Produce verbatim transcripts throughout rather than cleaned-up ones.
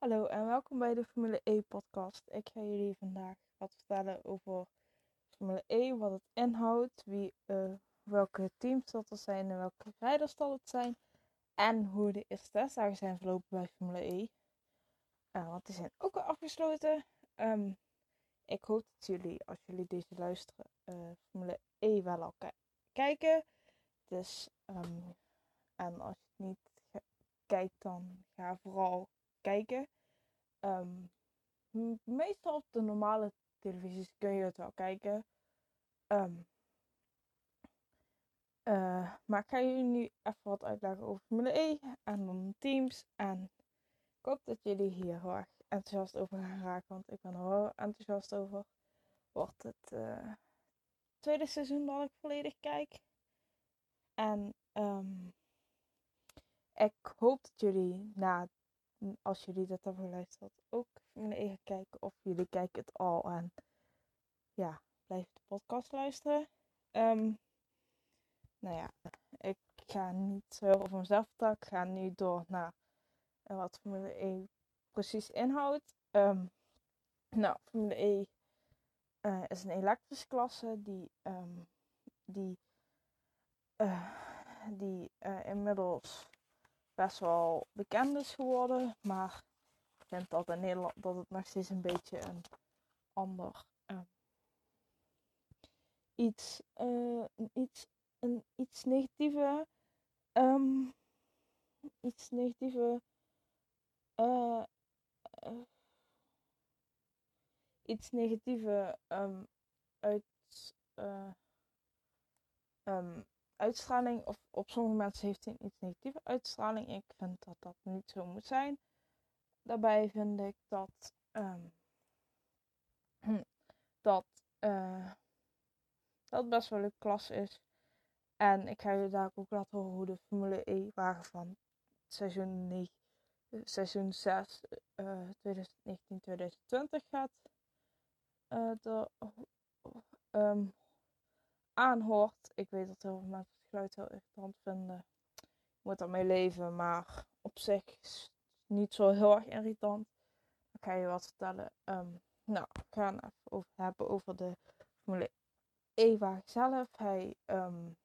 Hallo en welkom bij de Formule E podcast. Ik ga jullie vandaag wat vertellen over Formule E, wat het inhoudt, wie, uh, welke teams dat er zijn en welke rijders dat het zijn. En hoe de eerste testdagen zijn verlopen bij Formule E. Uh, want die zijn ook al afgesloten. Um, ik hoop dat jullie, als jullie deze luisteren, uh, Formule E wel al k- kijken. Dus, um, en als je het niet ge- kijkt, dan ga vooral kijken. Um, Meestal op de normale televisies kun je het wel kijken. Um, uh, maar ik ga jullie nu even wat uitleggen over Formule E en dan teams. En ik hoop dat jullie hier heel erg enthousiast over gaan raken, want ik ben er wel enthousiast over. Wordt het uh, tweede seizoen dat ik volledig kijk. En um, ik hoop dat jullie, na, als jullie dit hebben geluisterd, ook Formule E gaan kijken. Of jullie kijken het al en ja, blijf de podcast luisteren. Um, nou ja, ik ga niet zo heel over mezelf vertellen. Ik ga nu door naar uh, wat Formule E precies inhoudt. Um, nou, Formule E uh, is een elektrische klasse die, um, die, uh, die uh, inmiddels best wel bekend is geworden. Maar ik vind dat in Nederland dat het nog steeds een beetje een ander um, iets, uh, een iets, een iets negatieve, um, iets negatieve, uh, uh, iets negatieve um, uit, uh, um, uitstraling. Of op sommige mensen heeft hij een iets negatieve uitstraling. Ik vind dat dat niet zo moet zijn. Daarbij vind ik dat um, dat, uh, dat het best wel een klas is. En ik ga jullie daar ook laten horen hoe de Formule E wagen van seizoen, negen, seizoen zes uh, twintig negentien twintig twintig gaat uh, de, um, aanhoort. Ik weet dat heel veel mensen het geluid heel irritant vinden. Je moet ermee leven, maar op zich is het niet zo heel erg irritant. Dan ga je wat vertellen. Um, nou, we gaan even over, hebben over de Formule E-wagen zelf. Hij um,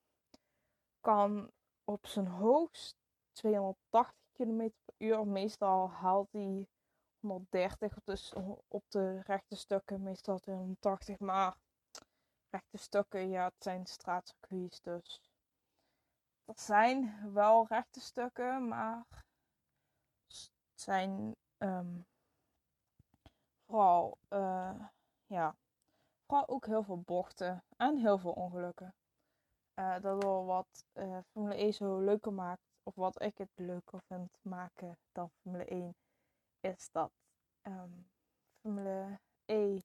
kan op zijn hoogst tweehonderdtachtig kilometer per uur. Meestal haalt hij honderddertig op de, op de rechte stukken. Meestal tweehonderdtachtig, maar rechte stukken, ja, het zijn straatcircuits, dus er zijn wel rechte stukken, maar het zijn um, vooral, uh, ja, vooral ook heel veel bochten en heel veel ongelukken. Uh, daardoor wat uh, Formule E zo leuker maakt, of wat ik het leuker vind maken dan Formule één, is dat um, Formule E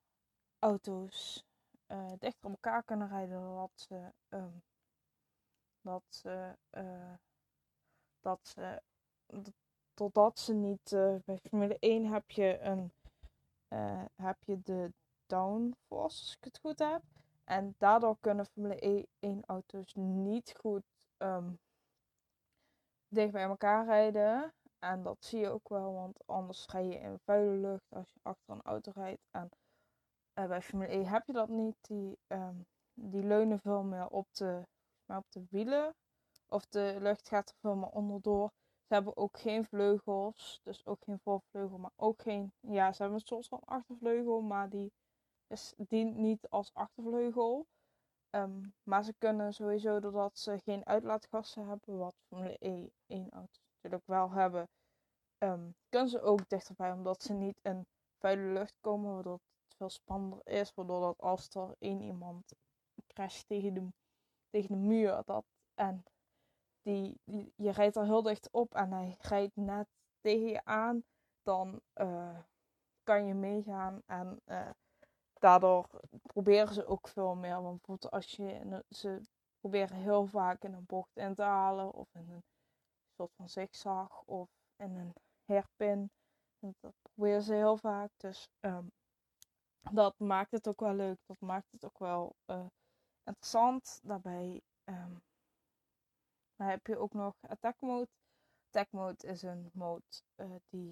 auto's uh, dichter op elkaar kunnen rijden, dat ze, um, dat ze, uh, dat ze, dat, totdat ze niet, uh, bij Formule één heb je een, uh, heb je de downforce, als ik het goed heb. En daardoor kunnen Formule één auto's niet goed um, dicht bij elkaar rijden. En dat zie je ook wel, want anders rij je in vuile lucht als je achter een auto rijdt. En uh, bij Formule E heb je dat niet. Die, um, die leunen veel meer op de, maar op de wielen. Of de lucht gaat er veel meer onderdoor. Ze hebben ook geen vleugels. Dus ook geen voorvleugel. Maar ook geen... Ja, ze hebben een soort van achtervleugel. Maar die is, dient niet als achtervleugel. Um, maar ze kunnen sowieso, doordat ze geen uitlaatgassen hebben. Wat Formule E één auto's natuurlijk wel hebben. Um, kunnen ze ook dichterbij. Omdat ze niet in vuile lucht komen. Waardoor het veel spannender is. Waardoor dat als er één iemand crasht tegen de, tegen de muur. Dat, en Die, die, je rijdt er heel dicht op en hij rijdt net tegen je aan, dan uh, kan je meegaan. En uh, daardoor proberen ze ook veel meer. Want bijvoorbeeld als je, ze proberen heel vaak in een bocht in te halen, of in een soort van zigzag, of in een hairpin. En dat proberen ze heel vaak. Dus um, dat maakt het ook wel leuk. Dat maakt het ook wel uh, interessant. Daarbij... Um, Dan heb je ook nog Attack Mode. Attack Mode is een mode uh, die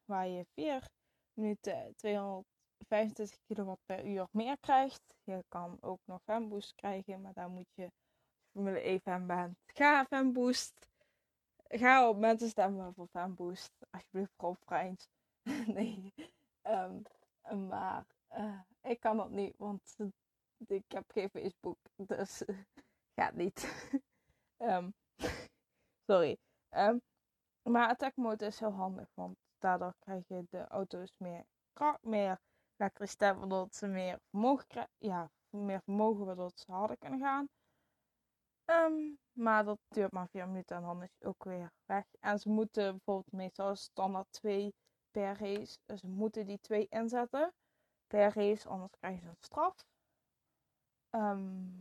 waar je vier minuten tweehonderdvijfentwintig kilowatt per uur meer krijgt. Je kan ook nog fanboost krijgen, maar daar moet je, als je Formule E fan bent, ga fanboost. Ga op mensen stemmen voor fanboost. Alsjeblieft, Rob Freins. nee. Um, maar uh, ik kan dat niet, want ik heb geen Facebook. Dus uh, gaat niet. um, sorry. Um, maar attack mode is heel handig, want daardoor krijg je de auto's meer kracht, meer elektriciteit, waardoor ze meer vermogen krijgen. Ja, meer vermogen, waardoor ze harder kunnen gaan. Um, maar dat duurt maar vier minuten en dan is het ook weer weg. En ze moeten bijvoorbeeld meestal standaard twee per race. Dus ze moeten die twee inzetten per race, anders krijgen ze een straf. Um,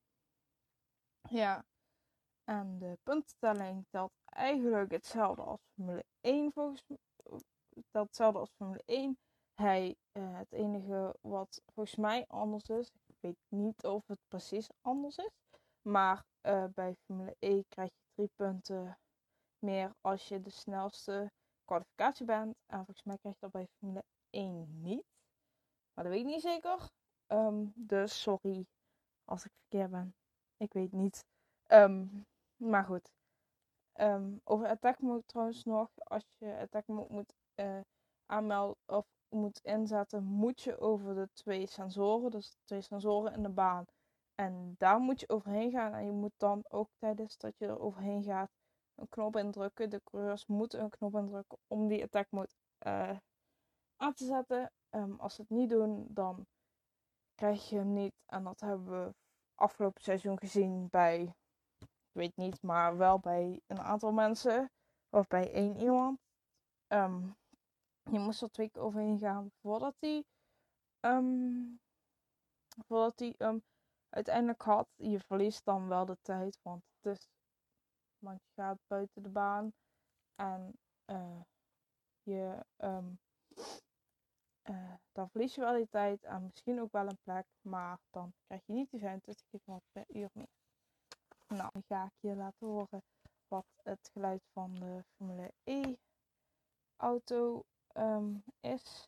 ja, en de puntentelling telt eigenlijk hetzelfde als Formule één volgens mij. Telt hetzelfde als Formule één. Hij, uh, het enige wat volgens mij anders is, ik weet niet of het precies anders is, maar uh, bij Formule E krijg je drie punten meer als je de snelste kwalificatie bent. En volgens mij krijg je dat bij Formule één niet. Maar dat weet ik niet zeker. Um, dus sorry als ik verkeerd ben. Ik weet niet. Um, maar goed. Um, over attack mode trouwens nog. Als je attack mode moet uh, aanmelden of moet inzetten, moet je over de twee sensoren. Dus de twee sensoren in de baan. En daar moet je overheen gaan. En je moet dan ook tijdens dat je er overheen gaat een knop indrukken. De coureurs moeten een knop indrukken om die attack mode uh, aan te zetten. Um, als ze het niet doen, dan krijg je hem niet. En dat hebben we afgelopen seizoen gezien bij, ik weet niet, maar wel bij een aantal mensen. Of bij één iemand. Um, je moest er twee keer overheen gaan voordat hij um, voordat hij um, uiteindelijk had. Je verliest dan wel de tijd, want het is, want je gaat buiten de baan en uh, je um, uh, dan verlies je wel die tijd en misschien ook wel een plek, maar dan krijg je niet die vijfentwintig kilowatt per uur meer. Nou, nu ga ik je laten horen wat het geluid van de Formule E auto um, is.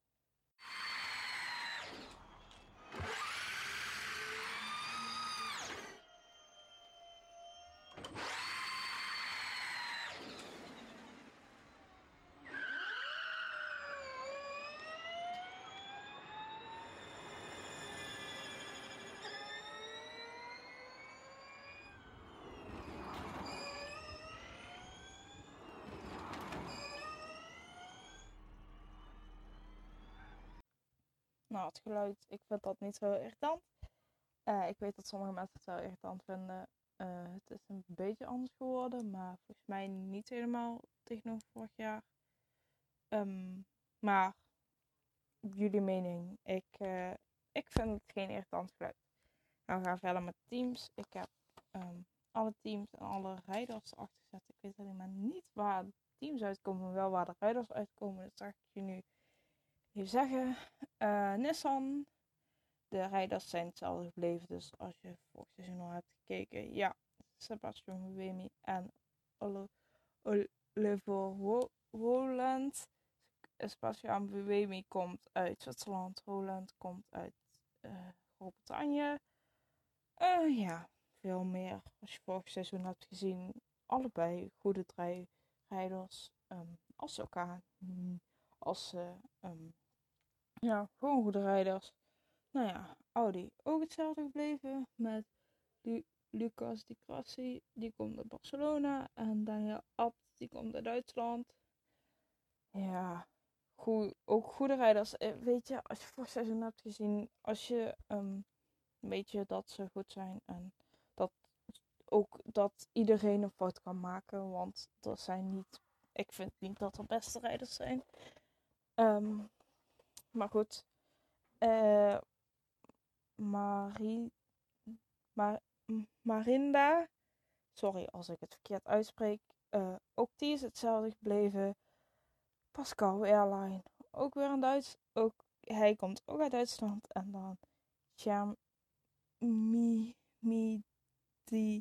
Nou, het geluid, ik vind dat niet zo irritant. Uh, ik weet dat sommige mensen het wel irritant vinden. Uh, het is een beetje anders geworden, maar volgens mij niet helemaal tegen vorig jaar. Um, maar jullie mening, ik, uh, ik vind het geen irritant geluid. Nou, we gaan verder met teams. Ik heb um, alle teams en alle rijders erachter gezet. Ik weet alleen maar niet waar de teams uitkomen, maar wel waar de rijders uitkomen. Dat zal ik je nu even zeggen. Uh, Nissan. De rijders zijn hetzelfde gebleven. Dus als je vorig seizoen al hebt gekeken. Ja, Sebastian Buemi en Oliver Rowland. Sebastian Buemi komt uit Zwitserland. Rowland komt uit uh, Groot-Brittannië. Uh, ja, veel meer. Als je vorig seizoen hebt gezien. Allebei goede drie rijders. Um, als ze elkaar. Als ze... Um, ja, gewoon goede rijders. Nou ja, Audi ook hetzelfde gebleven met Lu- Lucas Di Grassi, die komt uit Barcelona. En Daniel Abt, die komt uit Duitsland. Ja, goed, ook goede rijders. Weet je, als je vorig seizoen hebt gezien, als je um, weet je dat ze goed zijn. En dat ook dat iedereen een fout kan maken. Want dat zijn niet, ik vind niet dat er beste rijders zijn. Um, maar goed. Eh... Uh, Marie, Mar, Marinda, sorry als ik het verkeerd uitspreek, uh, ook die is hetzelfde gebleven. Pascal Wehrlein, ook weer een Duits, ook, hij komt ook uit Duitsland. En dan Jam Mi, Mi Di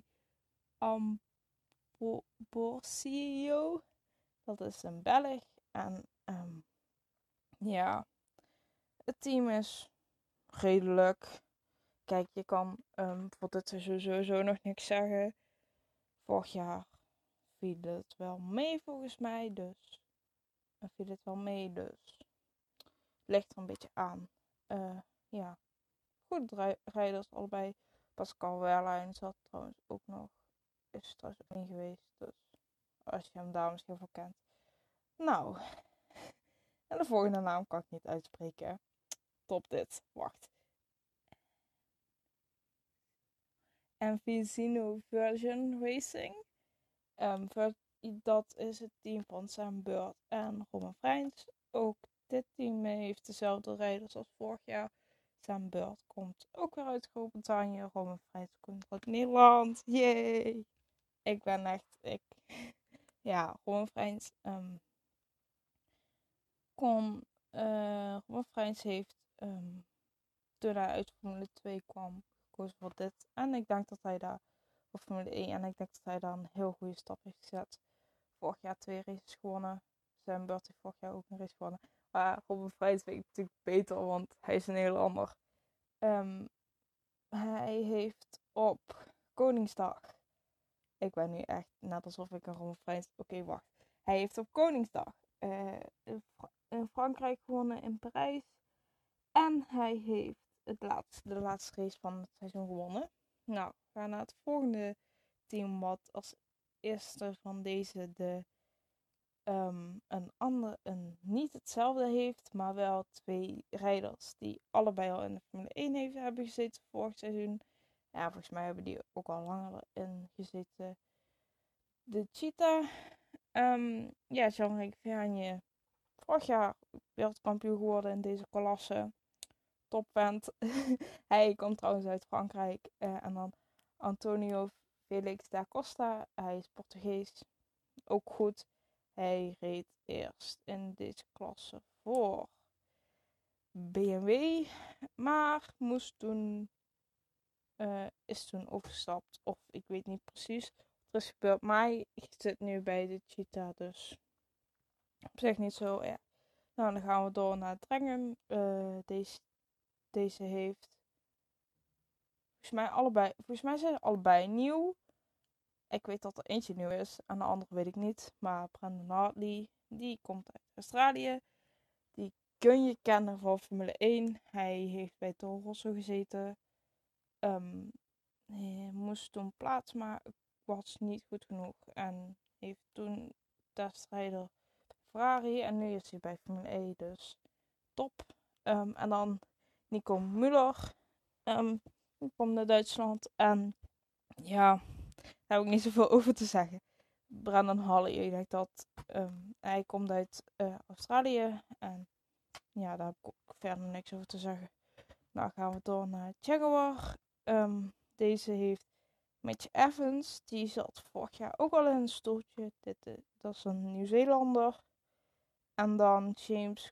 Ambrosio, dat is een Belg. En Um, ja, het team is redelijk. Kijk, je kan um, voor dit seizoen sowieso nog niks zeggen. Vorig jaar viel het wel mee volgens mij, dus uh, viel het wel mee, dus ligt er een beetje aan. Uh, ja, goede rijders allebei. Pascal Wehrlein zat trouwens ook nog, is trouwens ook niet geweest, dus als je hem daar misschien voor kent. Nou, en de volgende naam kan ik niet uitspreken. Top dit, wacht. Envizino Virgin Racing. Um, dat is het team van Sam Bird en Romain Freins. Ook dit team heeft dezelfde rijders als vorig jaar. Sam Bird komt ook weer uit Groot-Brittannië. Romain Freins komt uit Nederland. Yay! Ik ben echt... Ik, ja, Romain Freins... Um, kon... Uh, Romain Freins heeft... Um, toen hij uit Formule twee kwam... gekozen voor dit. En ik denk dat hij daar... Of Formule één. En ik denk dat hij daar een heel goede stap heeft gezet. Vorig jaar twee races gewonnen. Sam Bird heeft vorig jaar ook een race gewonnen. Maar Romain Freins weet ik natuurlijk beter, want hij is een Nederlander. Um, hij heeft op Koningsdag... Ik ben nu echt net alsof ik een Romain Freins... Oké, okay, wacht. Hij heeft op Koningsdag uh, in Frankrijk gewonnen, in Parijs. En hij heeft het laatste, de laatste race van het seizoen gewonnen. Nou, we gaan naar het volgende team wat als eerste van deze de um, een andere, een niet hetzelfde heeft, maar wel twee rijders die allebei al in de Formule één heeft, hebben gezeten vorig seizoen. Ja, volgens mij hebben die ook al langer in gezeten. De Cheetah. Um, ja, Jean-Ric Vergne. Vorig jaar wereldkampioen geworden in deze klasse. Topvent. Hij komt trouwens uit Frankrijk. Uh, en dan Antonio Felix da Costa. Hij is Portugees. Ook goed. Hij reed eerst in deze klasse voor B M W. Maar moest toen... Uh, is toen overgestapt. Of ik weet niet precies wat er is gebeurd. Maar ik zit nu bij de Cheetah. Dus op zich niet zo erg. Nou, dan gaan we door naar Drengen. Uh, deze, deze heeft... Volgens mij allebei... Volgens mij zijn ze allebei nieuw. Ik weet dat er eentje nieuw is. En de andere weet ik niet. Maar Brandon Hartley, die komt uit Australië. Die kun je kennen van Formule één. Hij heeft bij Toro Rosso gezeten. Um, hij moest toen plaats maken. Was niet goed genoeg. En heeft toen testrijder Ferrari. En nu is hij bij Formule één. Dus top. Um, en dan Nico Müller. Um, die komt uit Duitsland. En ja, daar heb ik niet zoveel over te zeggen. Brandon Hartley, ik denk dat um, hij komt uit uh, Australië. En ja, daar heb ik ook verder niks over te zeggen. Nou gaan we door naar Jaguar. Um, deze heeft Mitch Evans. Die zat vorig jaar ook al in een stoeltje. Dit, uh, dat is een Nieuw-Zeelander. En dan James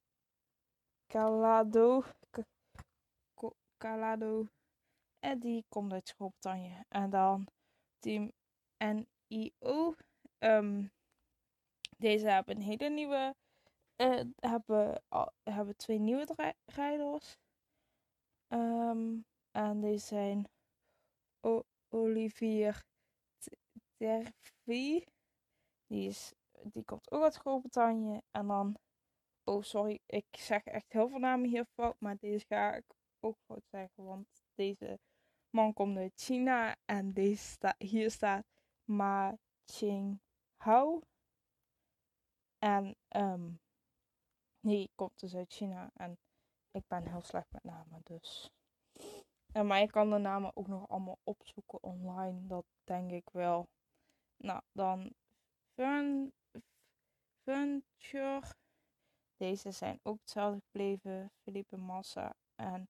Calado. K- Calado. En die komt uit Groot-Brittannië. En dan team N I O. Um, deze hebben een hele nieuwe... Uh, hebben, uh, hebben twee nieuwe rijders. Um, en deze zijn o- Olivier Tervi. Die, is, die komt ook uit Groot-Brittannië. En dan... Oh, sorry. Ik zeg echt heel veel namen hier fout. Maar deze ga ik ook fout zeggen. Want deze man komt uit China. En deze sta, hier staat Ma Ching Hao. En um, die komt dus uit China. En ik ben heel slecht met namen. Dus... En maar je kan de namen ook nog allemaal opzoeken online. Dat denk ik wel. Nou, dan Fun, Venture. Deze zijn ook hetzelfde gebleven. Felipe Massa en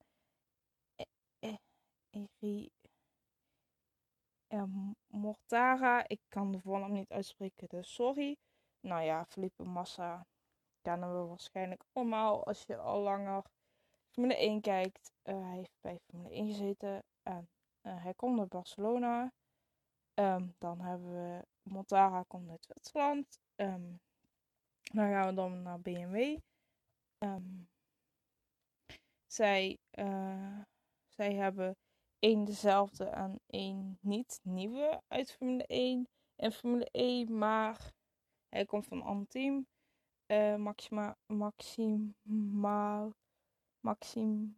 Eri eh, Mortara. Ik kan de voornaam niet uitspreken, dus sorry. Nou ja, Felipe Massa kennen we waarschijnlijk allemaal als je al langer Formule één kijkt. Uh, hij heeft bij Formule één gezeten en uh, hij komt uit Barcelona. Um, dan hebben we Mortara, komt uit Zwitserland. Um, Dan gaan we dan naar B M W. Um, zij, uh, zij hebben één dezelfde en één niet nieuwe uit Formule één en Formule E, maar hij komt van een ander team. Uh, Maxima, Maximaal, Maxim,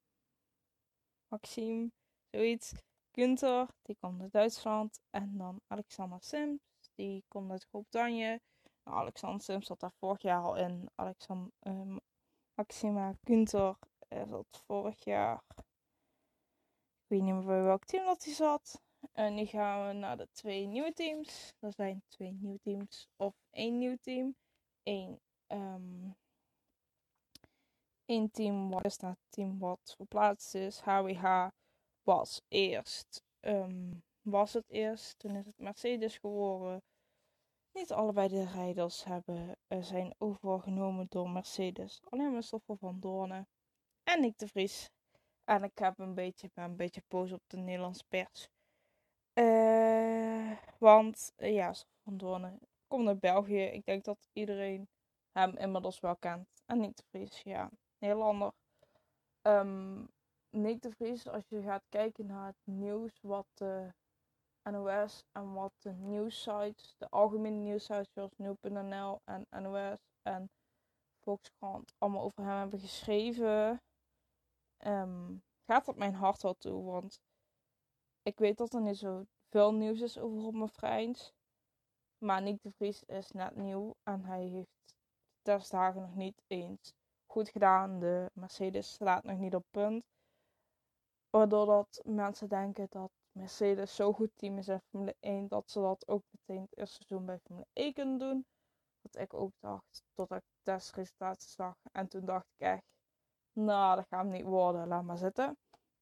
Maxim, zoiets. Günther, die komt uit Duitsland. En dan Alexander Sims, die komt uit Groot-Brittannië. Nou, Alexander Sims zat daar vorig jaar al in. Alexander, uh, Maxima Günther uh, zat vorig jaar. Ik weet niet meer bij welk team dat hij zat. En nu gaan we naar de twee nieuwe teams. Er zijn twee nieuwe teams of één nieuw team. Eén, um, één team wat is dat team wat verplaatst is. H W H was eerst, um, was het eerst. Toen is het Mercedes geworden. Niet allebei de rijders hebben, uh, zijn overgenomen door Mercedes. Alleen maar Stoffel van Doornen en Nick de Vries. En ik heb een beetje, ben een beetje boos op de Nederlandse pers. Uh, want uh, ja, Stoffel van Doornen komt uit België. Ik denk dat iedereen hem inmiddels wel kent. En Nick de Vries, ja, Nederlander. Um, Nick de Vries, als je gaat kijken naar het nieuws wat de N O S en wat de nieuwssites, de algemene nieuwssites zoals nu punt n l en N O S en Volkskrant allemaal over hem hebben geschreven, um, gaat dat mijn hart wel toe. Want ik weet dat er niet zo veel nieuws is over Romain Freins. Maar Nick de Vries is net nieuw en hij heeft de testdagen nog niet eens goed gedaan. De Mercedes staat nog niet op punt. Waardoor dat mensen denken dat Mercedes zo'n goed team is in Formule één. Dat ze dat ook meteen het eerste seizoen bij Formule één kunnen doen. Wat ik ook dacht, totdat ik de testresultaten zag. En toen dacht ik echt, nou dat gaat hem niet worden, laat maar zitten.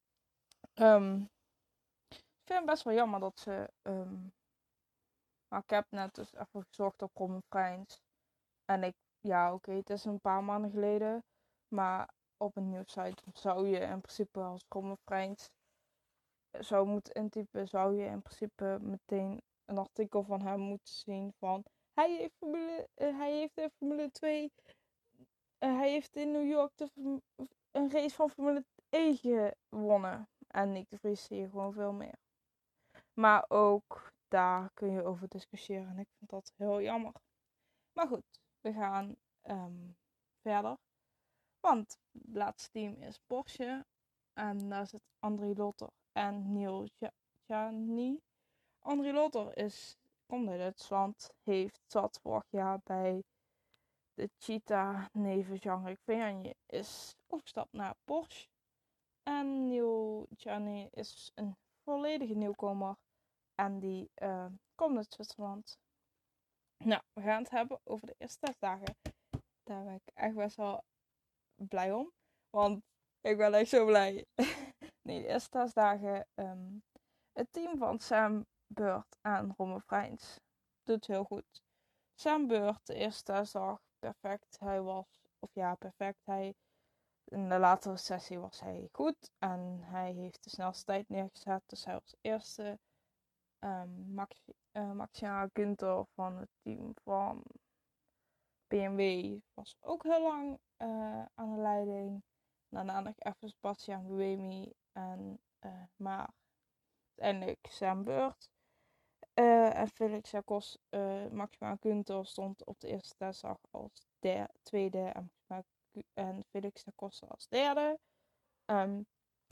Um, ik vind het best wel jammer dat ze... Um, maar ik heb net dus even gezocht op Romain Freins. En ik, ja oké, okay, het is een paar maanden geleden. Maar op een nieuwssite zou je in principe als Romain Freins zou moeten intypen, zou je in principe meteen een artikel van hem moeten zien van hij heeft Formule, uh, hij heeft in Formule twee, uh, hij heeft in New York de, een race van Formule één gewonnen. En Nick de Vries zie je gewoon veel meer. Maar ook daar kun je over discussiëren en ik vind dat heel jammer. Maar goed, we gaan um, verder. Want het laatste team is Porsche. En daar zit André Lotter en Neil Jani. André Lotter is, komt uit Duitsland. Heeft zat vorig jaar bij de Cheetah neven Jean-Luc Vergne. Is overgestapt naar Porsche. En Neil Jani is een volledige nieuwkomer. En die uh, komt uit Zwitserland. Nou, we gaan het hebben over de eerste testdagen. Daar ben ik echt best wel blij om. Want ik ben echt zo blij. Nee, de eerste testdagen. Um, het team van Sam Bird en Romain Freins doet heel goed. Sam Bird, de eerste testdag, perfect. Hij was, of ja, perfect. Hij, in de latere sessie was hij goed. En hij heeft de snelste tijd neergezet. Dus hij was eerste. Um, Max, uh, Maxima Günther van het team van B M W was ook heel lang uh, aan de leiding. Daarna nog even Sebastian Buemi en uh, maar uiteindelijk Sam Bird. Uh, en Felix Jacos, uh, Maxima Günther stond op de eerste testdag als der, tweede en, en Felix Jacos als derde. Um,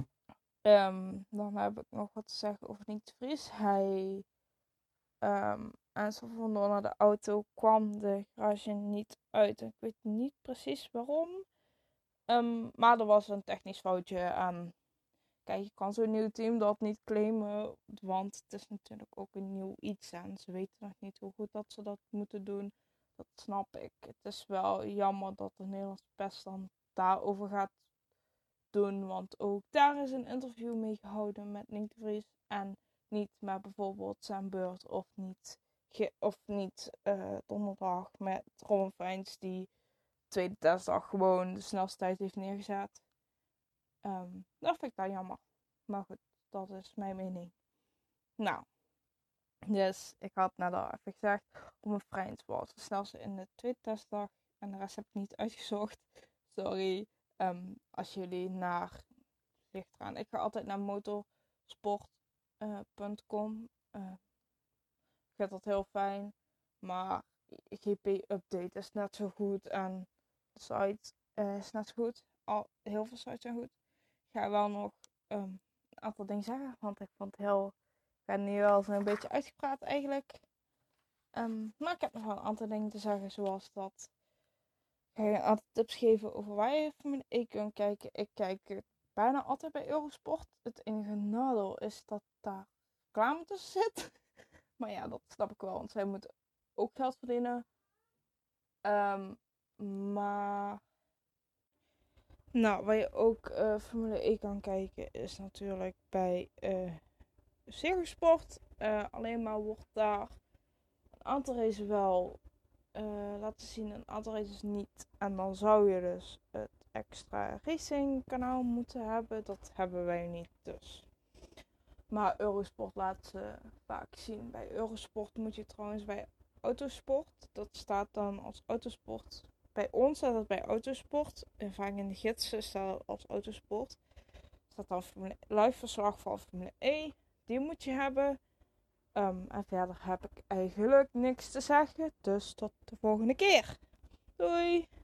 um, dan heb ik nog wat te zeggen over Nick de Vries. Hij um, en zo van naar de auto kwam de garage niet uit. Ik weet niet precies waarom. Um, maar er was een technisch foutje en kijk, je kan zo'n nieuw team dat niet claimen, want het is natuurlijk ook een nieuw iets en ze weten nog niet hoe goed dat ze dat moeten doen. Dat snap ik. Het is wel jammer dat de Nederlandse pers dan daarover gaat doen, want ook daar is een interview mee gehouden met Nick de Vries en niet met bijvoorbeeld Sam Bird of niet, ge- of niet uh, donderdag met Romain Freins die tweede testdag gewoon de snelste tijd heeft neergezet. Um, dat vind ik dan jammer. Maar goed, dat is mijn mening. Nou, Dus ik had net al even gezegd, op mijn vriend was de snelste in de tweede testdag. En de rest heb ik niet uitgezocht. Sorry. Um, als jullie naar, ligt eraan. Ik ga altijd naar motorsport punt com. Uh, uh, ik vind dat heel fijn. Maar G P-update is net zo goed. En de site uh, is net zo goed. Al, heel veel sites zijn goed. Ik ga wel nog um, een aantal dingen zeggen. Want ik vond het heel... Ik ben nu wel zo'n beetje uitgepraat eigenlijk. Um, maar ik heb nog wel een aantal dingen te zeggen. Zoals dat... Ik ga je een aantal tips geven over waar je Formule E kunt kijken. Ik kijk bijna altijd bij Eurosport. Het enige nadeel is dat daar reclame tussen zit. Maar ja, dat snap ik wel. Want zij moeten ook geld verdienen. Um, maar... Nou, waar je ook uh, Formule E kan kijken is natuurlijk bij uh, Zerosport. Uh, alleen maar wordt daar een aantal races wel uh, laten zien, een aantal races niet. En dan zou je dus het extra racing kanaal moeten hebben. Dat hebben wij niet dus. Maar Eurosport laat ze vaak zien. Bij Eurosport moet je trouwens bij Autosport. Dat staat dan als Autosport. Bij ons staat het bij Autosport. En vaak in de gidsen staat het als Autosport. Staat dan Formule, live verslag van Formule E. Die moet je hebben. Um, en verder heb ik eigenlijk niks te zeggen. Dus tot de volgende keer. Doei!